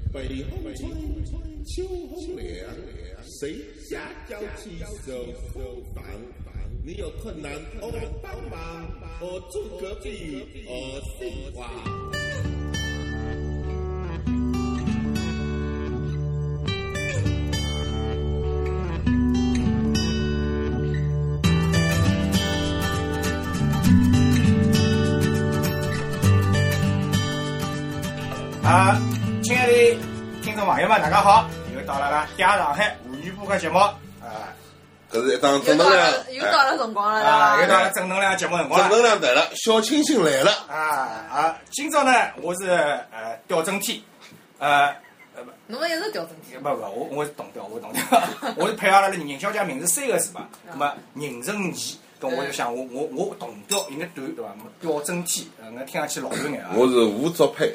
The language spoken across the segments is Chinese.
北风吹，秋风凉，谁家交际手房？你有困难我帮忙，我住隔壁，我姓王。 亲爱的听众朋友们，大家好！又到了嗲上海妇女播客节目搿是一档正能量， 又到了辰光了， 又到了正能量节目辰光了。 正能量来了，小清新来了。 今朝呢，我是调整体， 侬们也是调整体？ 不，我是动调，我是配合了宁小姐名字3个字嘛，那么宁正义。咁我就想，我动调应该对伐？调整体，那听上去老有眼啊。 我是吴作配。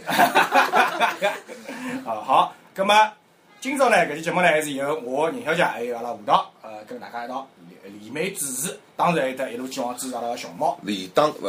好，咁么今朝呢，搿期节目呢还是由我宁小姐还有阿拉舞蹈，跟大家一道联袂主持，当然还得一路继续支持阿拉个熊猫。联党主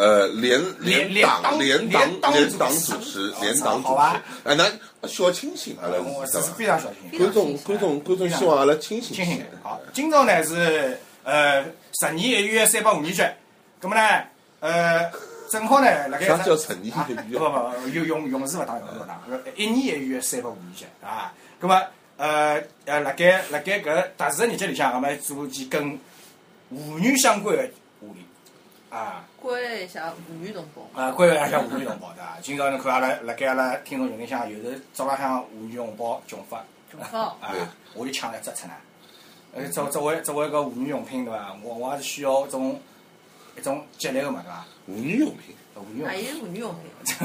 持， 好吧？那小清新阿拉是非常小清新。 观众希望阿拉清新。 好，今朝呢是12年1月3八妇女节，咁么呢，正好呢，辣盖啥叫12年1月？ 不，用词勿打，1年1月3八妇女节啊。咁么辣盖搿特殊的日节里向，我们做几跟妇女相关的话题啊。 关爱一下妇女同胞。 关爱一下妇女同胞，对伐？今朝侬看阿拉辣盖阿拉听众群里向，有时早浪向妇女红包穷发，我就抢了一只出来。作为个妇女用品对伐？我还是需要一种激励个嘛对伐？ 妇女用品， 还有妇女用品。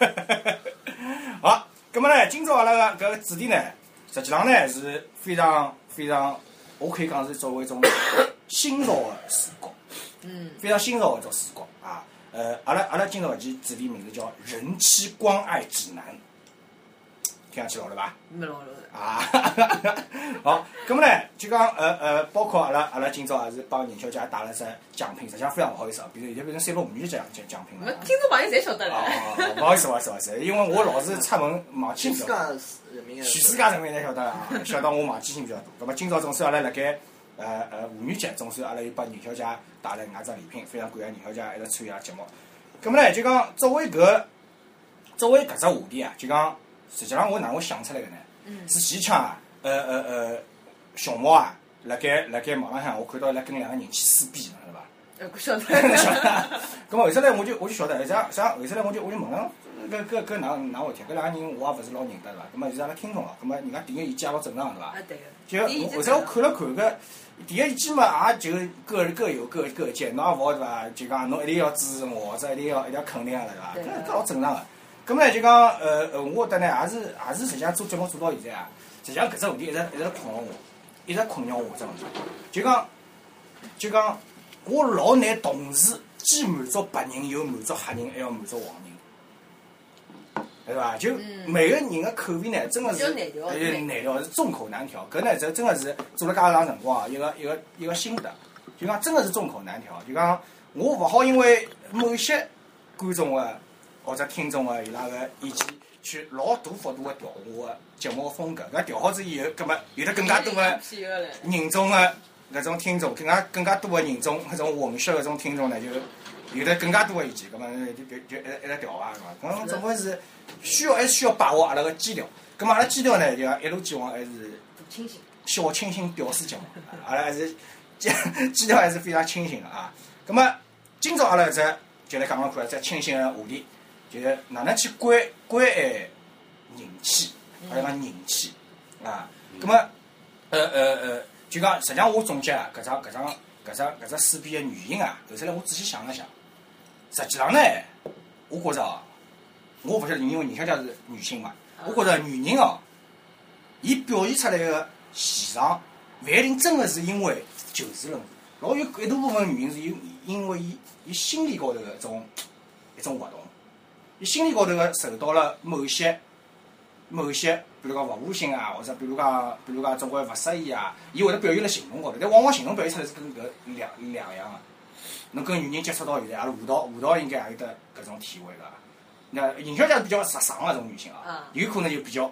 好，咁么呢，今朝阿拉个搿个主题呢，实际上呢是非常，我可以讲是作为一种新潮个视角，非常新潮个一种视角啊。阿拉今朝搿期主题名字叫人妻关爱指南，听上去老了吧？ 没老了。 好，咁么呢，就讲包括阿拉今朝也是帮宁小姐带了只奖品，实际上非常勿好意思啊，比如变成3八妇女节奖品了。 听众朋友侪晓得了。 不好意思，因为我老是出门忘记比较多。全世界人民侪晓得啊，晓得我忘记性比较多。咁么今朝总算阿拉辣盖妇女节，总算阿拉又帮宁小姐带来外只礼品，非常感谢宁小姐一直参与阿拉节目。咁么呢，就讲作为搿只话题啊，就讲实际上我哪能会想出来个呢？是前腔熊猫啊，辣盖网浪向，我看到伊拉跟2个人去撕逼，晓得伐？ 不晓得。 咁么后头来我就晓得，后头来我就问了，搿哪回事？搿2个人我也勿是老认得，对伐？咁么是阿拉听众咯，咁么人家提个意见也老正常，对伐？ 对个。 就后头我看了看搿提个意见嘛，也就各有各见，侬也勿好对伐？就讲侬一定要支持我，或者一定要肯定阿拉，对伐？搿老正常个。咁么呢就讲我觉得呢也是实际上做节目做到现在啊，实际上搿只问题一直困扰我，一直困扰我只问题。就讲我老难同时既满足白人又满足黑人，还要满足黄人，对伐？就每个人的口味呢，真的是难调，是众口难调。搿呢，这真的是做了介长辰光啊，一个心得，就讲真的是众口难调。就讲我勿好因为某些观众啊或者听众伊拉个意见去老大幅度的调我个节目个风格。搿调好之以后，葛末有得更加多个人众个搿种听众，更加多个人众搿种混血搿种听众呢，就有得更加多个意见。葛末就一直调啊，是伐？搿总归是还是需要把握阿拉个基调。葛末阿拉基调呢，就一路希望还是小清新调水节目，阿拉还是基调还是非常清新个啊。葛末今朝阿拉只就来讲讲看只清新个话题。就是哪能去关爱人气，或者讲人气啊？咁么就讲实际上我总结啊，搿只撕逼个原因啊，后头来我仔细想了想，实际上呢，我觉着我勿晓得，因为宁小姐是女性嘛，我觉着女人哦，伊表现出来个气场，勿一定真个是因为就事论事，老有一大部分原因是因为伊心理高头个一种活动。伊心理高头个受到了某些，比如讲勿互信啊，或者比如讲总归勿适意啊，伊会得表现辣行动高头，但往往行动表现出来是跟搿两样个。侬跟女人接触到现在，阿拉舞蹈应该也有得搿种体会个。那宁小姐是比较直爽个种女性啊，有可能就比较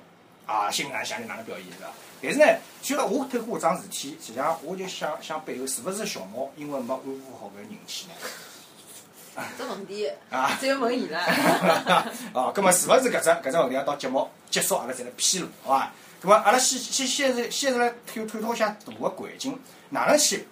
新人向你哪能表现是伐？但是呢，虽然我透过搿桩事体，实际上我就想背后是勿是熊猫因为没安抚好搿人气呢？ 这问题啊， 只有问伊拉。 哦，葛末是勿是搿只问题要到节目结束阿拉再来披露，好伐？葛末阿拉先来探讨一下大个环境，哪能去，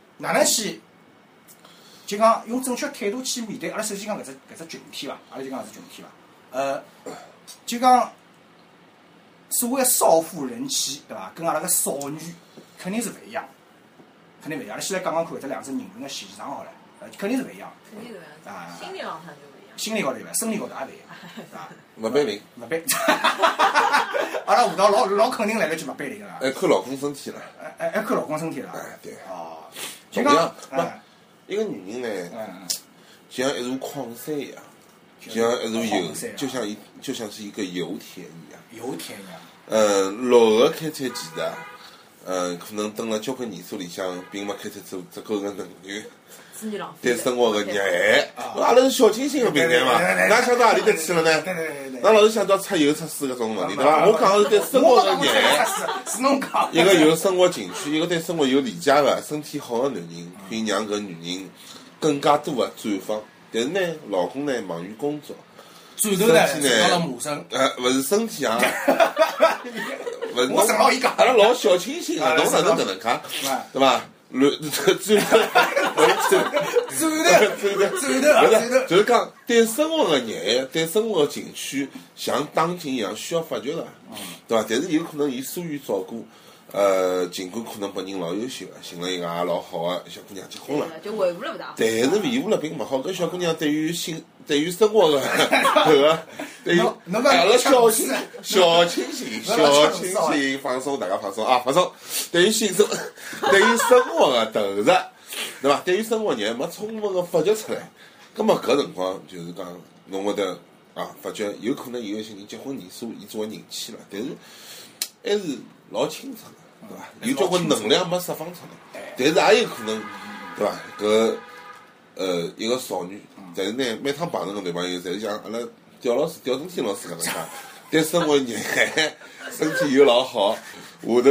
就讲用正确态度去面对。阿拉首先讲搿只群体伐，阿拉就讲搿只群体伐。就讲所谓的少妇人妻，对伐？跟阿拉个少女肯定是勿一样，阿拉先来讲讲看搿两只人群个现状好了，肯定是勿一样。 肯定是这样子，心理上向就不一样。 心理高头一样，生理高头也勿一样，是伐？ 勿背零， 勿背。阿拉舞蹈老肯定来了句勿背零了。 还看老公身体了。 还看老公身体了。 对。 哦。 就讲，一个女人呢，就像一座矿山一样，就像一座油，就像是一个油田一样。 油田一样。 老个开采其实可能等了交关年数里向，并没开采出足够的能源。对生活的热爱，阿拉是小清新的平台嘛，哪想到何里搭去了呢？那老是想到出油出水搿种问题，对伐？我讲的是对生活的热爱， 是侬讲。 一个有生活情趣，一个对生活有理解的、身体好的男人，可以让搿女人更加多的绽放。但是呢，老公呢忙于工作， 转头呢到了母生， 勿是身体啊， 我承认伊讲， 阿拉老小清新啊，侬哪能搿能介，对伐？就是讲对生活的热爱，对生活的情趣，像当今一样需要发掘的，对伐？但是有可能伊疏于照顾，尽管可能本人老优秀的，寻了一个也老好的小姑娘结婚了， 就维护了不大好。 但是维护了并勿好，搿小姑娘对于生活的搿个，对于阿拉小清新放松，大家放松啊，放松。对于生活的投入，对伐？对于生活热爱没充分的发掘出来，葛末搿辰光就是讲侬会得发觉有可能有一些人结婚年数伊作为人妻了，但是还是老清纯的，对伐？有交关能量没释放出来，但是也有可能，对伐？搿一个少女，但是呢，每趟碰着个男朋友，侪是像阿拉刁正天老师搿能介，对生活热爱，身体又老好，下头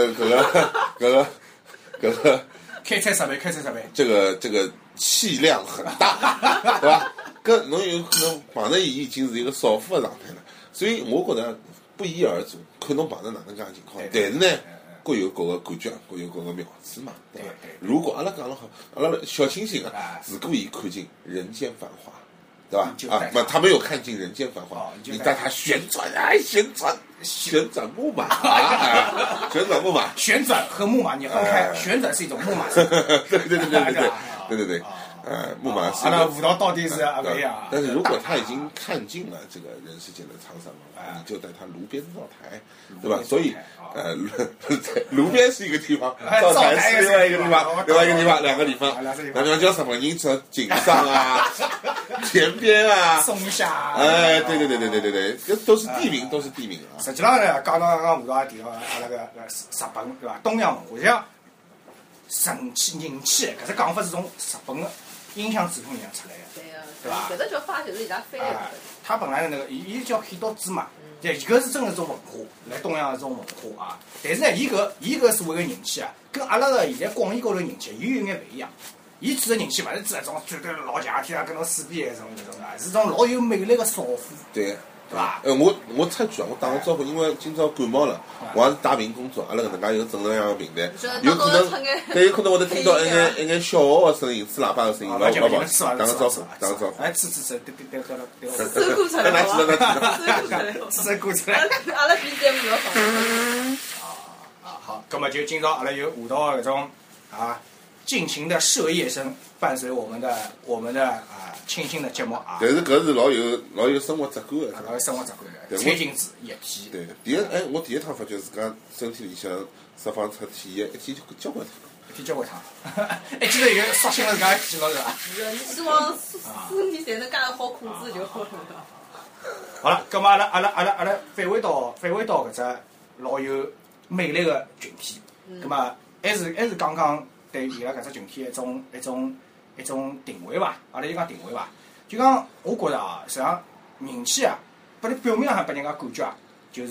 搿个开采设备， 这个气量很大，对吧？搿侬有可能碰着伊已经是一个少妇的状态了，所以我觉得不一而足，看侬碰着哪能介情况。但是呢，各有各的感觉，各有各的妙处嘛，对吧？如果阿拉讲了好，阿拉小清新啊，如果伊看尽人间繁华，对吧？他没有看尽人间繁华，你带他旋转木马，旋转木马， 旋转和木马你分开，旋转是一种木马， 对，木马是。 阿拉舞蹈到底是不一样。 但是如果他已经看尽了这个人世间的沧桑了，你就带他炉边造台，对吧？所以炉边是一个地方，造台是另外一个地方，两个地方，那地方叫什么？因此井上啊，田边啊， 松下。 哎，对，这都是地名啊。 实际上呢，刚刚舞蹈也提到阿拉个日本，对吧？东洋文化像人气，搿只讲法是从日本个音响制品里向出来的，对吧？ 搿只叫法就是伊拉翻译的。 他本来的那个，伊叫黑道芝麻，对，搿是真的是种文化，来东洋的种文化啊。但是呢，伊搿所谓的人气啊，跟阿拉个现在广义高头人气又有眼勿一样。伊指的人气勿是指那种穿得老强天啊，跟侬撕逼那种啊，是种老有魅力的少妇。 对。 对伐？ 我插句啊，我打个招呼，因为今朝感冒了，我也是带病工作，阿拉搿能介有正能量个平台，有可能会得听到一眼小号个声音，吹喇叭个声音，老棒，打个招呼。 哎，吃，对， 收过出来， 收过出来。 阿拉比节目要放。 好，葛么就今朝阿拉有舞蹈搿种尽情的射夜声，伴随我们的清新的节目啊。 但是搿是老有生活质感的， 老有生活质感的。餐巾纸液体。 对，我第一趟发觉自家身体里向释放出体液，一天就交关趟。一记头有刷新了自家记录是吧？ 你希望身体才能介好控制就好了。 好了，葛么阿拉返回到搿只老有魅力的群体，葛么还是刚刚对伊拉搿只群体一种定位伐？阿拉就讲定位伐？就讲我觉着实际上人气拨你表面上拨人家感觉就是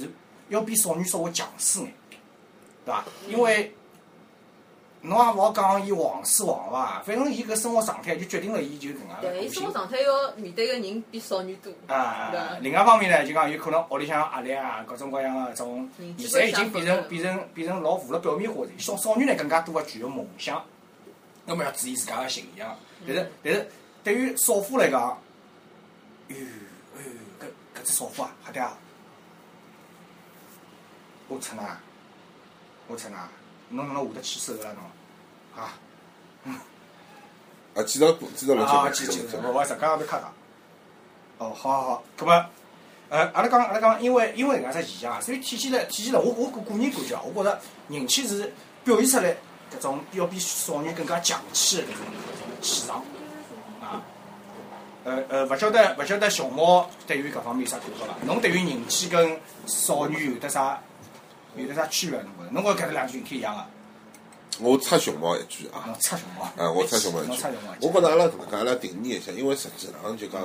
要比少女稍微强势眼，对伐？因为侬也勿好讲伊黄丝黄伐，反正伊搿生活状态就决定了伊就搿能介对，伊个个性。 生活状态要面对个人比少女多。 啊对伐， 另外一方面呢，就讲有可能屋里向压力啊，各种各样个种，现在已经变成老浮了表面化的。少女呢更加多个具有梦想，那么要注意自家个形象。但是对于少妇来讲，搿只少妇啊，吓得啊！我操呐！侬哪能下得去手了侬？啊！ 啊，记到了， 记住，我实刚刚被卡到。哦，好，葛么，阿拉讲，因为搿能介只现象啊，所以体现了我个人感觉啊，我觉着人气是表现出来搿种要比少女更加强气的搿种气场啊。勿晓得熊猫对于搿方面有啥看法伐？侬对于人气跟少女有得啥区别？侬觉着搿两句人体一样啊？ 我插熊猫一句啊！ 插熊猫。 我插熊猫一句。我觉着阿拉搿能介，阿拉定义一下，因为实际上就讲，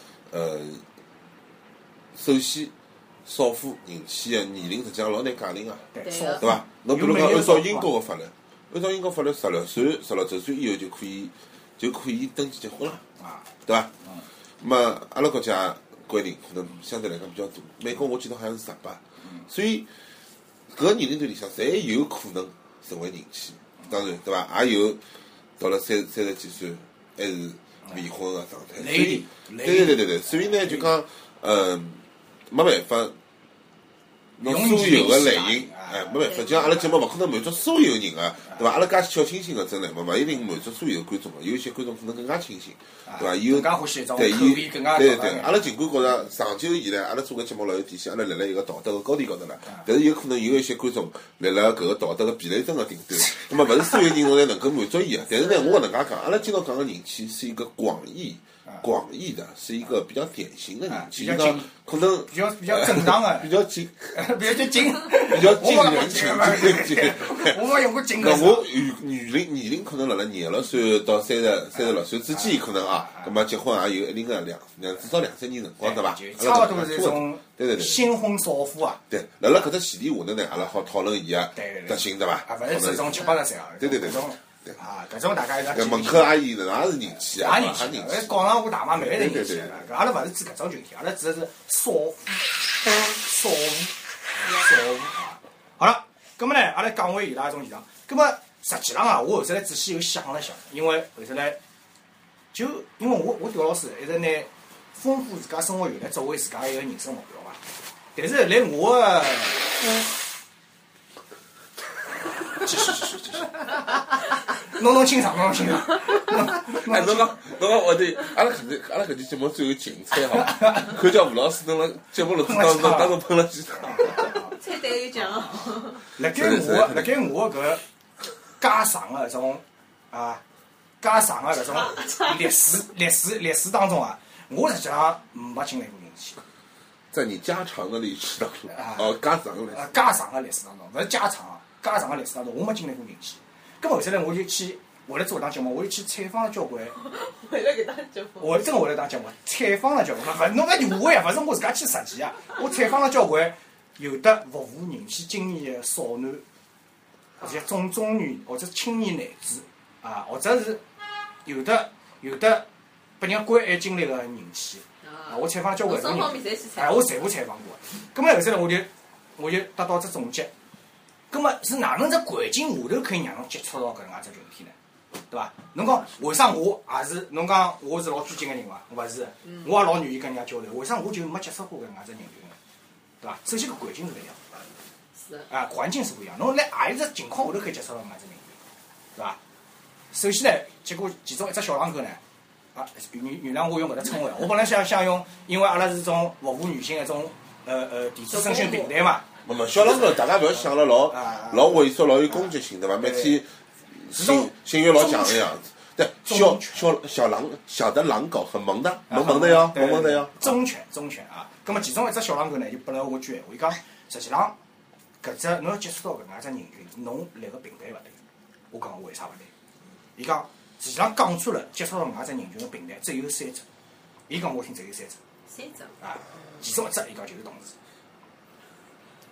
首先，少妇人气个年龄实际上老难界定个， 对伐？侬比如讲，按照英国个法律，16周岁以后就可以登记结婚了，对伐？那么阿拉国家规定可能相对来讲比较多，美国我记得好像是18，所以搿个年龄段里向侪有可能成为人气。当然，对伐？也有到了30几岁还是未婚个状态，所以对，所以呢就讲，没办法，侬所有个类型，没办法，就像阿拉节目勿可能满足所有人个，对伐？阿拉介小清新个真人嘛，勿一定满足所有观众个，有一些观众可能更加清新，对伐？有更加欢喜一种对， 口味更加对，阿拉尽管觉着长久以来，阿拉做个节目老有底线，阿拉立辣一个道德个高地高头了，但是有可能有一些观众立辣搿个道德个避雷针个顶端，那么勿是所有人侬侪能够满足伊个。但是呢，我搿能介讲，阿拉今朝讲个人气是一个广义的，是一个比较典型的人气，就讲可能比较正常的， 比较近， 比较近人群。 我没用过近。 那我年龄可能辣辣26岁到36岁之间，可能啊，葛末结婚也有一定个至少2-3年辰光，对伐？ 差不多是一种对新婚少妇啊。 对，辣辣搿只前提下头呢，阿拉好讨论伊个特性，对伐？ 啊，勿是这种7-8十岁啊。 对。 啊，搿种大家一定门口阿姨呢也是人气啊， 也人气。广场舞大妈妹是人气的，阿拉勿是指搿种群体，阿拉指的是少妇啊。好了，葛末呢，阿拉讲回伊拉一种现象。葛末实际上啊，我后头来仔细又想了想，因为后头来就因为我刁老师一直拿丰富自家生活阅历作为自家一个人生目标嘛。但是来我个继续。侬清爽。侬讲我对阿拉搿期节目最后竞猜好，看叫吴老师侬辣节目录制当中喷了几场。 猜对有奖。 辣盖我搿家常个搿种历史当中啊，我实际上没经历过人气。 在你家常的历史当中，家常个历史当中，勿是家常个历史当中，我没经历过人气。咁后头来我就去为了做搿档节目，我就去采访了交关。 为了搿档节目。我真个为了当节目，采访了交关，侬搿我呀，勿是我自家去实践啊。我采访了交关有得服务人气经验的少男，或者中年或者青年男子啊，或者是有得被人关爱经历的人气啊。我采访了交关人，我全部采访过。咁么后头来我就得到只总结。咁么是哪能只环境下头可以让侬接触到搿能介只群体呢？对伐？侬讲为啥我也是？侬讲我是老拘谨个人伐？勿是，我也老愿意跟人家交流。为啥我就没接触过搿能介只人群呢？对伐？首先搿环境是勿一样， 是啊，环境是勿一样。侬辣何里只情况下头可以接触到搿能介只人群，对伐？首先呢，结果其中一只小狼狗呢，啊，原谅我用搿只称谓，我本来想用，因为阿拉是种服务女性一种电子征询平台嘛。 小狼狗，大家勿要想了老猥琐、老有攻击性，对伐？每天性欲老强的样子。对，小的狼狗很萌的，萌的哟。 忠犬啊！咁么其中一只小狼狗呢，就拨了我句闲话，伊讲实际上搿只侬要接触到搿能介只人群，侬立个平台勿对。我讲为啥勿对？伊讲实际上讲出了接触到搿能介只人群个平台只有3只。伊讲我听只有3只。 3只。 啊，其中一只伊讲就是同事。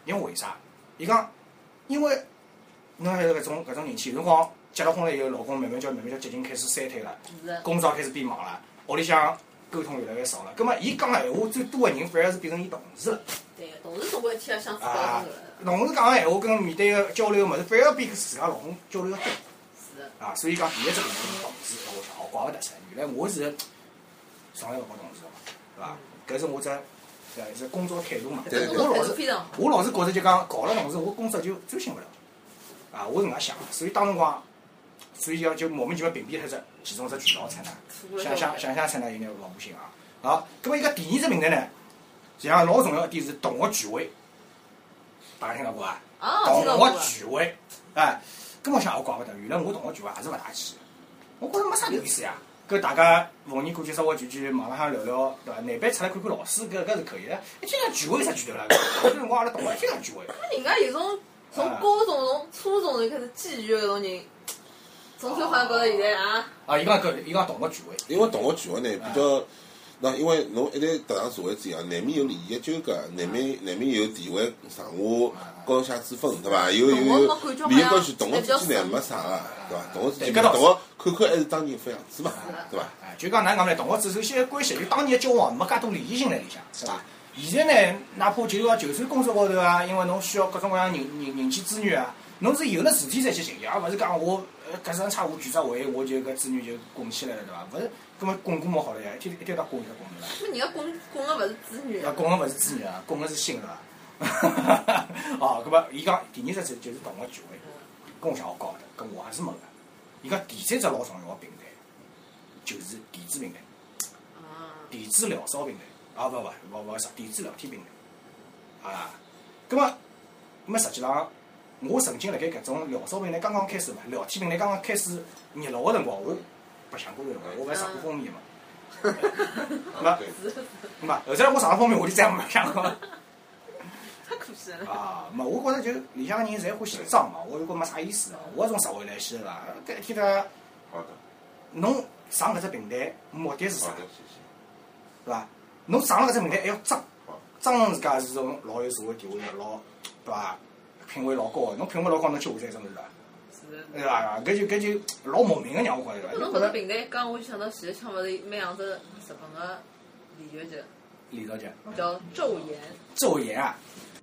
因为啥？伊讲，因为侬还有搿种人气，有辰光结了婚了以后，老公慢慢叫脚筋开始衰退了，工作开始变忙了，屋里向沟通越来越少了。葛末伊讲个闲话最多个人反而是变成伊同事了。 对，同事总归天相处高中的。 同事讲个闲话跟面对个交流个物事，反而比自家老公交流要多。 是的。 啊，所以讲第一只问题是同事，我想怪勿得噻。原来我是上海勿搞同事嘛，对伐？搿是我只是工作态度嘛。 对我老是觉着就讲搞了同事，我工作就专心勿了。啊，我是搿能想，所以当辰光，所以就莫名其妙屏蔽脱只其中只渠道才能想才能有眼老不行啊。好，葛末伊个第二只名单呢，实际上老重要一点是同学聚会，大家听到过伐？同学聚会，哎，葛末想怪勿得，原来我同学聚会也是勿大去，我觉着没啥有意思呀。搿大家逢年过节稍微聚网浪向聊聊，对伐？难办出来看看老师，搿是可以的。一天上聚会有啥聚头啦？有辰光阿拉同学一天上聚会。 那人家有种从高中、从初中就开始觊觎搿种人，总算好像觉着现在啊。 啊，伊讲同学聚会。 因为同学聚会呢比较，那因为侬一旦踏上社会之后，难免有利益纠葛，难免有地位上下高下之分，对伐？有利益关系，同学之间呢没啥个，对伐？同学之间，同学看看还是当年副样子嘛，对伐？ 就讲哪讲呢？同学之间关系，就当年的交往没介多利益性在里向，是伐？现在呢，哪怕就算工作高头啊，因为侬需要各种各样人际资源啊，侬是有了事体才去寻，而勿是讲我隔三差五聚只会，我就搿资源就滚起来了，对伐？勿是，搿么滚么好了呀，一天到滚就滚了。 那人家滚个勿是资源。 滚个勿是资源啊，滚个是心，是伐？哦，搿么伊讲第二只就是同学聚会，跟我想我搞的，搿我还是没个。伊讲第三只老重要个平台，就是电子平台，电子聊骚平台。啊勿啥电子聊天平台，啊，葛么实际上，我曾经辣盖搿种聊骚平台刚刚开始嘛，聊天平台刚刚开始热络个辰光，我白相过个辰光，我勿是上过封面嘛，嘛，后头我上了封面我就再也没想过。 太可惜了。 啊，嘛，我觉着就里向个人侪欢喜装嘛，我就觉没啥意思。我从社会来西啦，搿一天的，侬上搿只平台目的是啥？是伐？侬上了搿只平台还要装自家是种老有社会地位的，老对伐？品味老高的，侬品味老高，侬去下载什么是伐？ 是。 对伐？搿就老莫名个让我觉着。 侬搿只平台，刚我就想到前腔勿是蛮像只日本个李学姐。 李小姐。 叫昼颜。 昼颜啊。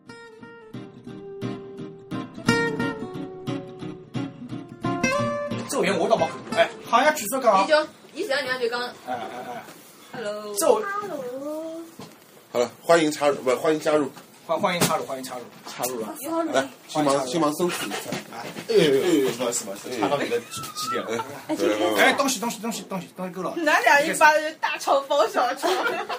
昼颜我倒没看过，哎，好像据说讲。 伊前两年就讲。 哎。 Hello。 Hello。 好了，欢迎加入，欢迎插入了。来，先忙申请一下。 不好意思，插到那个基点了。哎，东西够了。 哪两一把就大床包小床。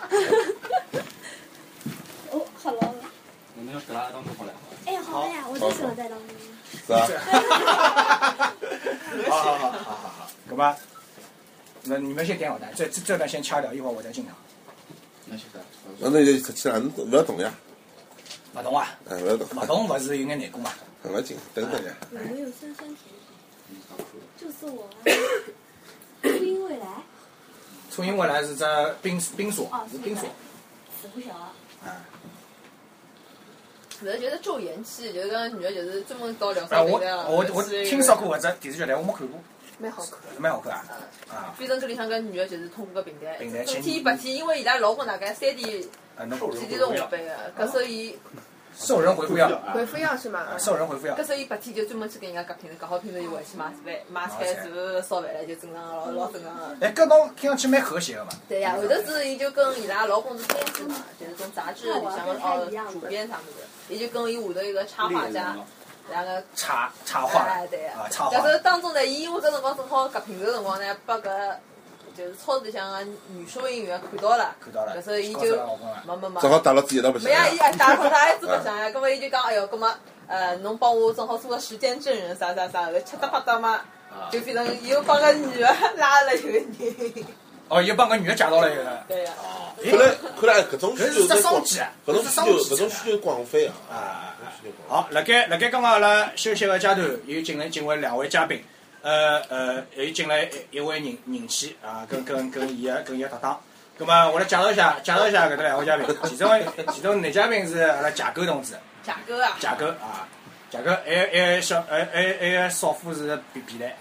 哦，好了。 我们要给他当中好了。 哎呀，好呀，我最喜欢在当中。 是啊。 好，干嘛？那你们先点好单，这段先掐掉，一会儿我再进场。 那行的。 那就客气了，侬不要动呀。 勿动啊？ 不要动。 勿动勿是有眼难过嘛？ 很要紧，等呀。 有没有酸酸甜甜？就是我啊。初音未来。 初音未来是只冰锁，是冰锁。 死不小啊。 勿是觉得昼颜期，就是讲女的，就是专门搞聊骚平台了。 我听说过搿只电视剧，但我没看过。蛮好看啊！ 反正搿里向跟女的就是通过搿平台， 周天白天，因为伊拉老公大概3点几点钟下班个，搿所以受人回复要是嘛？ 受人回复要。 搿所以白天就专门去跟人家夹平头，夹好平头就回去买菜，烧饭了，就正常个老正常个。 哎，搿侬听上去蛮和谐个嘛？ 对呀，后头是伊就跟伊拉老公是编辑嘛，就是种杂志里向个主编啥物事，伊就跟伊下头一个插画家。两个插画， 对啊，插画。 但是当中呢，伊因为搿辰光正好夹平头辰光呢，把搿就是超市里向个女收银员看到了，搿时候伊就没， 正好带了自己一道白相。 没呀，伊带了他一直白相呀，搿么伊就讲，哎哟，搿么侬帮我正好做个时间证人，啥，后头七搭八搭嘛，就变成又帮个女的拉了一个人。 哦，又帮个女的介绍了一个。 对呀。 看来搿种需求是商机啊， 搿种需求广泛啊。 好，辣盖刚刚阿拉休息个阶段，又进来2位嘉宾，又进来一位人气啊，跟伊个搭档。咁么我来介绍一下搿2位嘉宾，其中男嘉宾是阿拉贾沟同志价格啊， 价格，还小还少妇是皮带，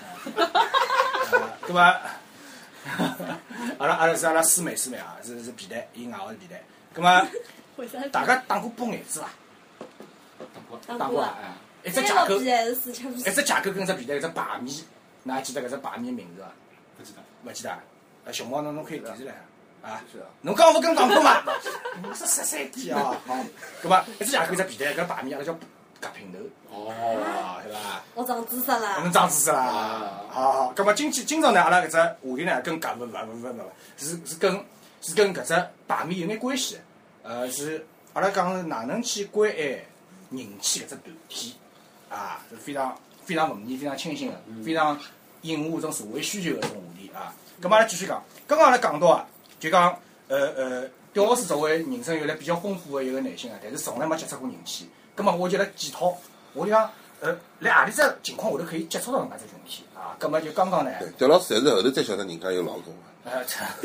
对吧？阿拉是阿拉师妹啊，是皮带，伊外号是皮带。咁么，大家打过包眼子伐？打过啊！一只价格，一只价格跟只皮带，一只牌面，㑚还记得搿只牌面名字伐？勿记得。熊猫侬可以提出来啊！ 是啊。 侬刚勿跟讲过嘛？侬是13点啊！好，咁么一只价格一只皮带，搿牌面阿拉叫夹平头。哦，是伐？ 我长知识了。 侬长知识啦！好，咁么今朝呢，阿拉搿只话题呢，跟搿是跟搿只牌面有眼关系。是阿拉讲哪能去关爱人气搿只团体啊，是非常非常文艺、非常清新的，非常应和种社会需求的种话题啊。咁么阿拉继续讲，刚刚阿拉讲到啊，就讲刁老师作为人生阅历比较丰富的一个男性啊，但是从来没接触过人气。咁么我就来检讨，我就讲辣何里只情况下头可以接触到搿能介只群体啊？咁么就刚刚呢， 刁老师还是后头才晓得人家有老公啊。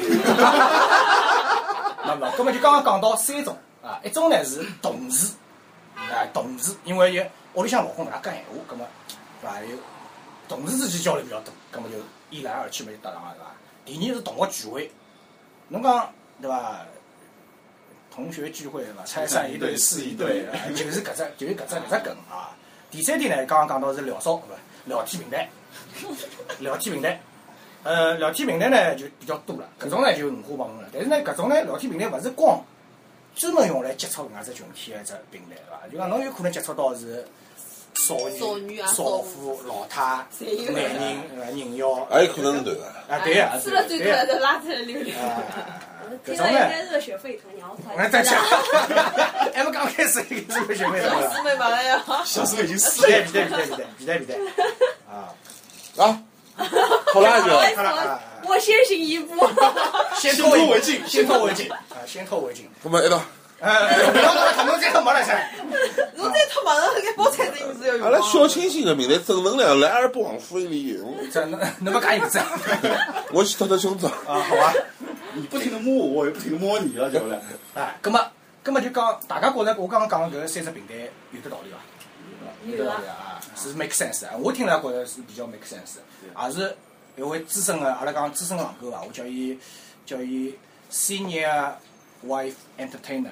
没，咁么就刚刚讲到3种啊，一种呢是同事，同事，因为伊屋里向老公搿能介讲闲话，咁么对伐？有同事之间交流比较多，咁么就一来二去嘛就搭上了，对伐？第二是同学聚会，侬讲对伐？同学聚会对伐？拆散一对是一对，就是搿只梗啊。第3点呢，刚刚讲到是聊骚，聊天平台，聊天平台。聊天平台呢就比较多了，搿种呢就五花八门了。但是呢，搿种呢聊天平台勿是光专门用来接触搿能介只群体的一只平台，对伐？就讲侬有可能接触到是少女、少妇、老太、男人、人妖， 还有可能是男的。 啊，对呀， 吃了最多的就拉出来溜溜。 搿种呢，热血沸腾，然后再讲，还没刚开始就热血沸腾了。 小师妹马上要。 小师妹已经死了。皮带。 啊。好啦就， 我先行一步， 先拖为敬。 咁么一道。 不要到他们再拖没了噻。 侬再拖马上搿包菜的银子要用。 阿拉小清新的平台正能量，来而不往非礼。 这侬不讲一个字。 我去脱胸罩。 啊，好吧。 你不停的摸我，也不停的摸你了，对不对？ 哎，咁么就讲，大家觉着我刚刚讲的搿3只平台有得道理伐？有道理啊，是 make sense 啊！我听来觉着是比较 make sense，也是一位资深的，阿拉讲资深狼狗啊，我叫伊 senior wife entertainer，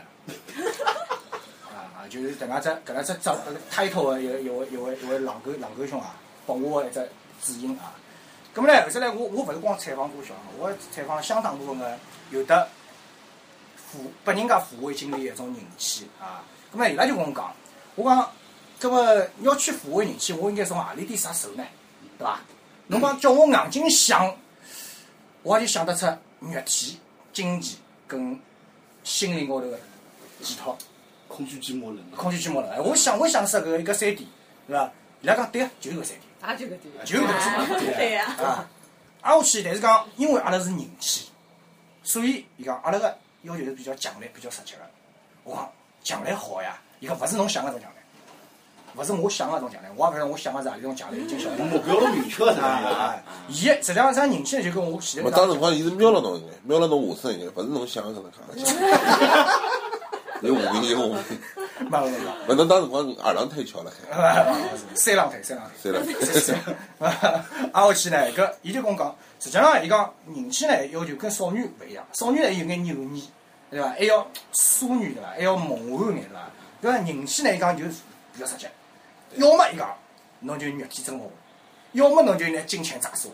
啊，就是搿能只title 的一位狼狗兄啊，帮我一只指引啊。咁么呢，后头来我勿是光采访过小狼，我采访了相当部分的有得拨人家抚慰经历的一种人气啊。咁么伊拉就跟我讲，我讲。咁么要去抚慰人气，我应该从何里点入手呢？对伐？侬讲叫我硬劲想，我也就想得出肉体、经济跟心灵高头的寄托。 空虚寂寞冷。我想出搿3点，对伐？伊拉讲对，就是搿3点。 啊，就搿点。 就是搿3点。 对呀。 啊，挨下去，但是讲，因为阿拉是人气，所以伊讲阿拉个要求是比较强烈、比较实际个。我讲强烈好呀，伊讲勿是侬想个种强烈。勿是我想个种奖励，我也勿晓得我想个是何里种奖励，已经晓得。 目标都明确了， 伊实际上啥人气呢？就跟我前头。 当辰光伊是瞄了侬一眼，瞄了侬下身一眼，勿是侬想个搿能介。有无名。勿侬当辰光2郎腿翘了海。 3郎腿。挨下去呢，搿伊就跟我讲，实际上伊讲人气呢要求跟少女勿一样，少女呢有眼扭捏，对伐？还要淑女对伐？还要梦幻眼对伐？对伐？人气呢伊讲就比较实际。要么伊讲，侬就肉体增活；要么侬就拿金钱砸死。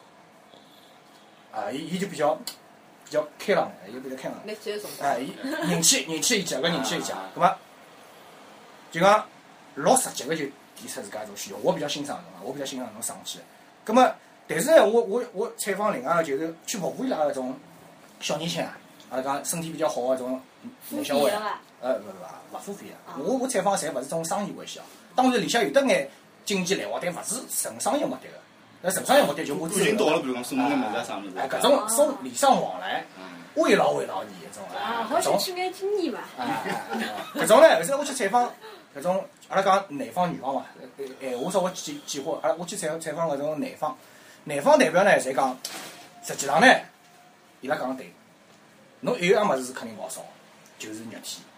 啊，伊就比较开朗的，伊比较开朗。哎，伊人气伊讲个人气伊讲，葛末就讲老实际个就提出自家一种需求，我比较欣赏侬，我比较欣赏侬上去。葛末，但是呢，我采访另外个就是去服务伊拉搿种小年轻啊，阿拉讲身体比较好个种男小孩。勿付费啊！我采访侪勿是种商业关系啊。当然里向有得眼经济来往，但勿是纯商业目的个。那纯商业目的就我已经到了，比如讲送眼物事啥物事。 搿种送礼尚往来，慰劳你一种啊。好想去眼经验嘛。 搿种呢，后头我去采访搿种阿拉讲男方女方嘛，闲话稍微简化。我去采访搿种男方代表呢，侪讲，实际上呢，伊拉讲得对，侬有样物事是肯定勿好少，就是肉体。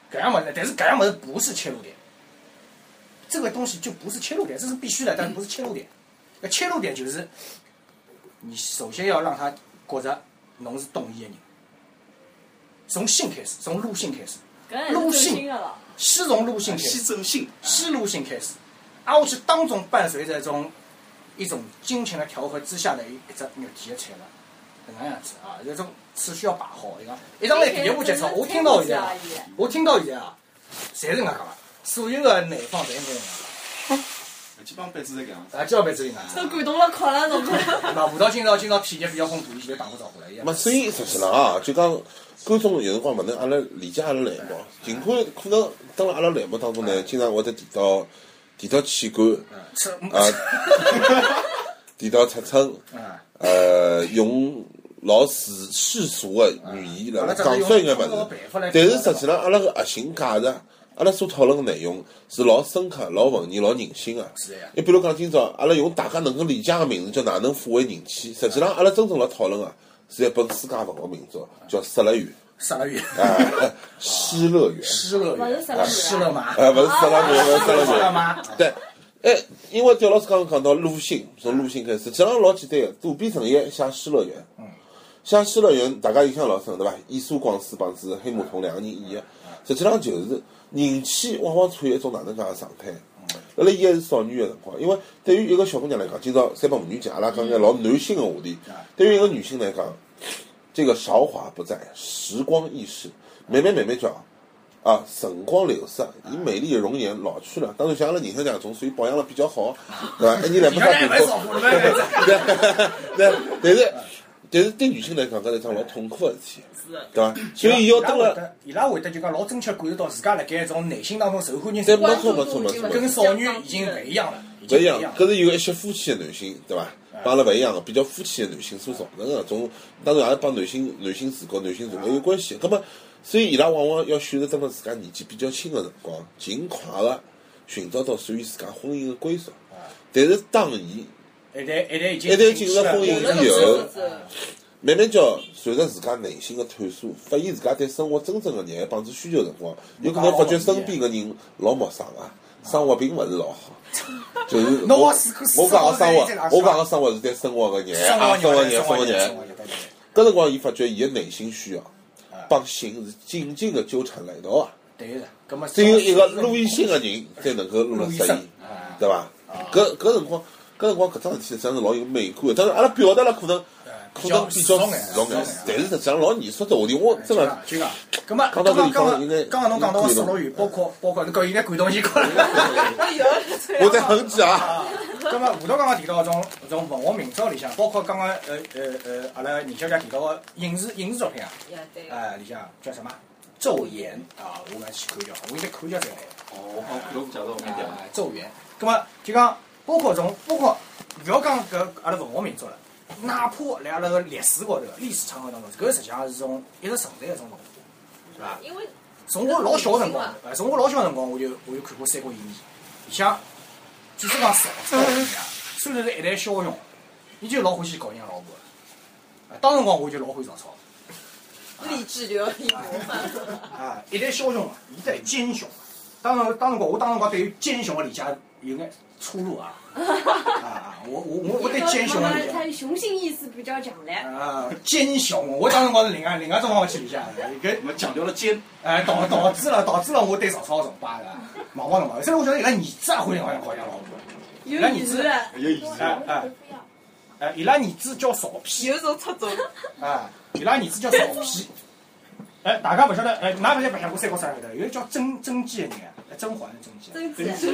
搿样物事，但是搿样物事不是切入点，这个东西就不是切入点，这是必须的，但是不是切入点。切入点就是你首先要让他觉着侬是懂伊个人，从性开始，从入性开始，入性是从入性开始，是入性开始，而且当中伴随着一种金钱的调和之下的一只肉体的产物，搿能样子啊，这种是需要把好的。一上来第一步接触，我听到现在啊，侪是搿能讲，所有的男方侪应该搿样。 基本上辈子侪搿样。 基本辈子应该。 都感动了，哭了，侬。 那舞蹈今朝体验比较丰富，伊就打过招呼了。 嘛，所以实际上啊，就讲观众有辰光勿能阿拉理解阿拉栏目，尽管可能登了阿拉栏目当中呢，经常会得提到器官啊，提到尺寸，用老世俗的语言来讲出一眼物事，但是实际上阿拉个核心价值。阿拉所讨论的内容是老深刻、老文艺、老人性的。你比如讲，今朝阿拉用大家能够理解的名字叫哪能抚慰人气，实际上阿拉真正辣讨论的是一本世界文学名作，叫《失乐园》。失乐园。失乐园。失乐园。失乐吗？勿是失乐园，勿是失乐园吗？对。因为刁老师刚刚讲到鲁迅，从鲁迅开始，实际上老简单的，渡边诚一写《失乐园》。写《失乐园》，大家印象老深，对伐？伊苏光斯帮子黑木瞳两个人演的，实际上就是人气往往处于一种哪能讲的状态。辣辣伊还是少女的辰光，因为对于一个小姑娘来讲，今朝三八妇女节，阿拉讲眼老男性的话题。对于一个女性来讲，这个韶华不再，时光易逝，慢慢叫啊，辰光流逝，伊美丽的容颜老去了。当然，像阿拉人生当中，属于保养了比较好，对伐？一年来没啥变化。但是对女性来讲，搿是一桩老痛苦的事体，对伐？所以要等了， 伊拉会得就讲老真切感受到自家辣盖一种内心当中受欢迎， 没错， 跟少女已经勿一样了。 勿一样，搿是有一些夫妻的男性，对伐？帮阿拉勿一样的，比较夫妻的男性所造成的种，当然也帮男性自觉有关系。葛末，所以伊拉往往要选择等了自家年纪比较轻的辰光，尽快的寻找到属于自家婚姻的归属。但是当伊一旦进入婚姻以后，慢慢叫随着自家内心的探索，发现自家对生活真正的热爱帮助需求的辰光，有可能发觉身边的人老陌生啊，生活并勿是老好。就是我讲个生活是对生活的热爱，生活热爱。搿辰光，伊发觉伊的内心需要帮性是紧紧的纠缠辣一道啊。 对的，葛末只有一个录音性的人才能够录了适意，对伐？搿辰光搿桩事体实际上是老有美感的，但是阿拉表达了可能比较世俗眼，但是实际上老严肃的话题，我真的。 就讲，葛末刚刚侬讲到个失乐园，包括侬搿应该感动伊过来。 我在哼起啊。 葛末吴导刚刚提到种文学名作里向，包括刚刚阿拉倪小姐提到个影视作品啊，里向叫什么？昼颜啊，我来去看叫，我应该看叫这个。 我看到假如我看见。 昼颜，葛末就讲。包括勿要讲搿阿拉文学名作了，哪怕辣阿拉个历史高头、历史场合当中，搿实际上是种一直存在一种文化，是伐？ 因为从我老小辰光，我就看过《三国演义》，里向据说讲曹操虽然是一代枭雄，伊就老欢喜搞人家老婆的。当辰光我就老欢喜曹操。 励志就要以模范。 一代枭雄嘛，一代奸雄。当辰光对于奸雄的理解有眼出入啊。我对奸雄的理解。 他雄性意识比较强烈。 奸雄，我当辰光是另外种方法去理解的。 我们讲究了奸。 导致了我对曹操崇拜的。毛毛。现在我觉得伊拉儿子也欢喜搞人家老婆。 有儿子。 伊拉儿子叫曹丕。 有种出走。 伊拉儿子叫曹丕。大家勿晓得，㑚勿是白相过《三国杀》里头，有个叫甄姬的人，甄嬛的甄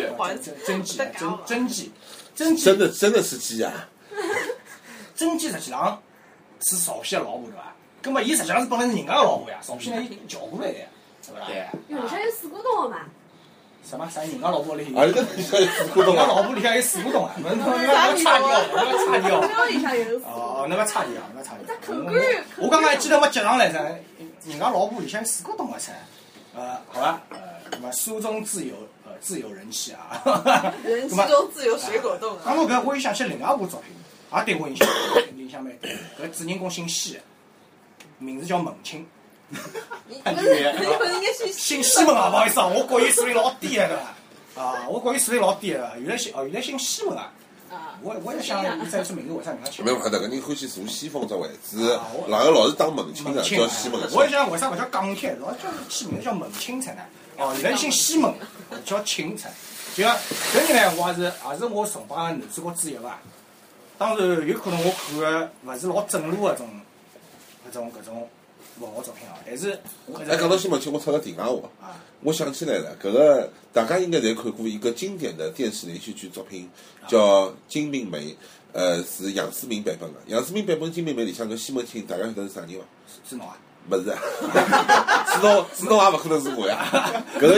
姬， 真的是姬啊！ 甄姬实际上是曹丕的老婆对伐？葛末伊实际上是本来是人家的老婆呀，曹丕呢伊叫过来的，是勿啦？ 有里向有四股洞的嘛？ 什么？啥人家老婆里？ 里向有四股洞啊！老婆里向有四股洞啊！侬要差掉。 里向有。 哦，侬要差掉。我刚刚还记得没接上来着，人家老婆里向有四股洞啊！噻，好吧，那么书中自有人气啊。 人气中自有水果冻啊！ 讲到搿，我又想起另外一部作品，也对我印象蛮大。搿主人公姓谢，名字叫孟青。 你不是应该姓西门啊，不好意思啊，我国语水平老低了对伐？啊，我国语水平老低了，原来姓西门啊。我也想你再说名字，为啥人家起？ 没有，搿个人欢喜坐西风只位置，哪个老是当门亲的，叫西门。 我也想为啥勿叫钢铁，老叫起名字叫门钦才呢？哦，原来姓西门，叫钦才。就讲搿人呢，也是我崇拜的男主角之一伐。当然有可能我看的勿是老正路的搿种文学作品啊，但是讲到西门庆，我插个题外话，我想起来了，搿个大家应该侪看过一个经典的电视连续剧作品，叫《金瓶梅》，是杨思明版本的。杨思明版本《金瓶梅》里向搿西门庆，大家晓得是啥人伐？ 是侬啊？ 不是，是侬也勿可能是我呀。搿个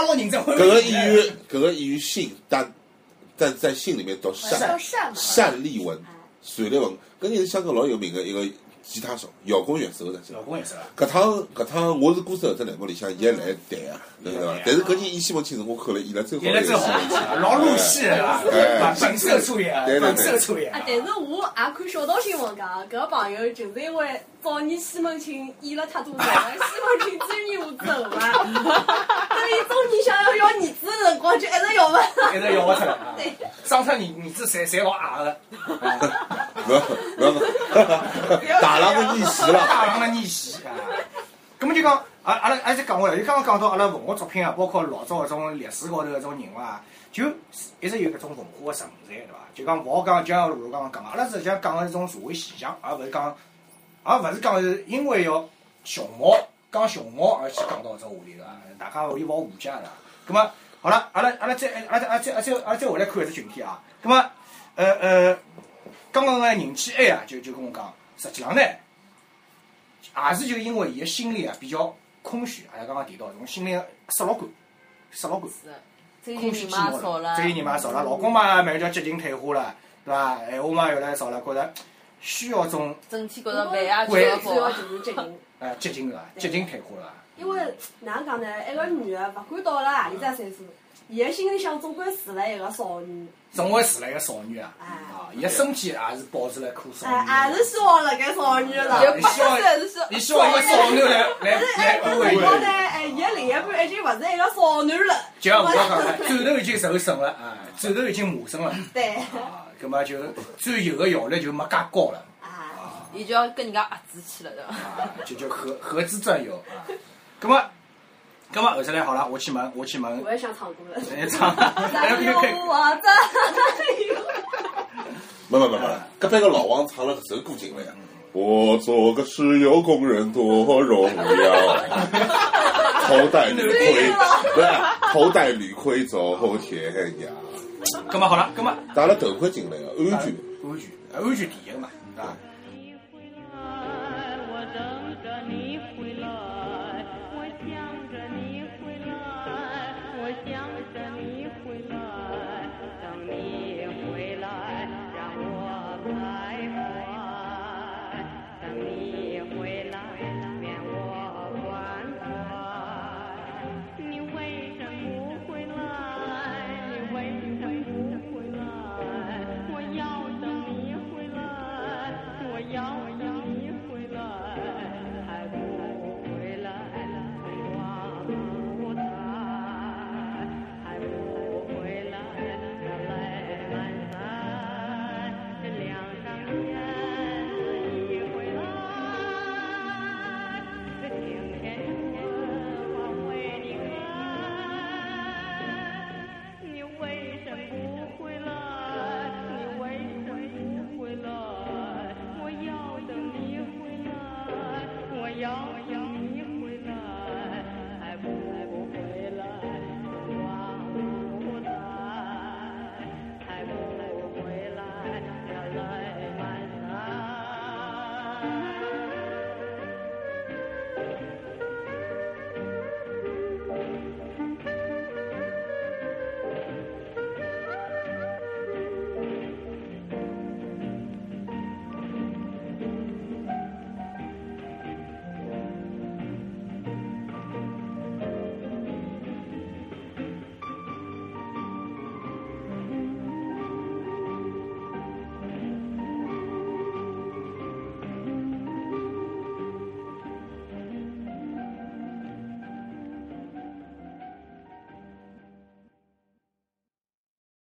演员姓，但在姓里面读单立文，单立文，搿人是香港老有名的一个吉他手，摇滚乐手的。 摇滚乐手。 搿趟我是歌手这栏目里向，伊也来弹啊，对伐？但是搿人演西门庆是我看了演了最好的一个西门庆， 老入戏了，本色出演，本色出演。 但是我也看小道新闻讲，搿个朋友就是因为早年西门庆演了太多人，西门庆追女下走嘛，所以中年想要要儿子的辰光就一直要勿出来。对，生出儿子侪老矮的。 大郎的逆袭了， 大郎的逆袭啊！咁么就讲，阿拉再讲回来，就刚刚讲到阿拉文学作品啊，包括老早搿种历史高头搿种人物啊，就一直有搿种文化的存在，对伐？就讲勿好讲，就像卢刚刚讲，阿拉实际上讲的是种社会现象，而勿是讲是因为要熊猫讲熊猫而去讲到搿种话题，对伐？大家有勿误解的。咁么好了，阿拉再回来看一只群体啊。咁么刚刚个人气 A 啊，就跟我讲，实际上呢，也是就因为伊个心里啊比较空虚，阿拉刚刚提到这种心里失落感，空虚寂寞了，追人嘛少了，老公嘛慢慢叫激情退化了，对伐？闲话嘛越来越少了，觉着需要种整体觉着烦啊， 主要就是激情， 激情了，激情退化了。 因为哪能讲呢？一个女的，勿管到了何里只岁数，伊个心里向总归住了一个少女。 总归是了一个少女啊！伊个身体也是保持了一颗少女。 还是希望辣盖少女了。 你希望一个少女来安慰伊。 然后呢，伊个另一半已经勿是一个少女了。 就像我讲的，枕头已经受损了啊，枕头已经磨损了。 对。 葛么就最有个效率就没介高了。 伊就要跟人家合资去了，对伐？ 就合资专有啊。葛么后头来好了，我去问。 我也想唱歌了。 唱。 没，搿边个老王唱了搿首歌进来呀。我做个石油工人多荣耀，头戴铝盔，对，头戴铝盔走天涯。 葛么好了，葛么戴了头盔进来个安全第一个嘛，对伐？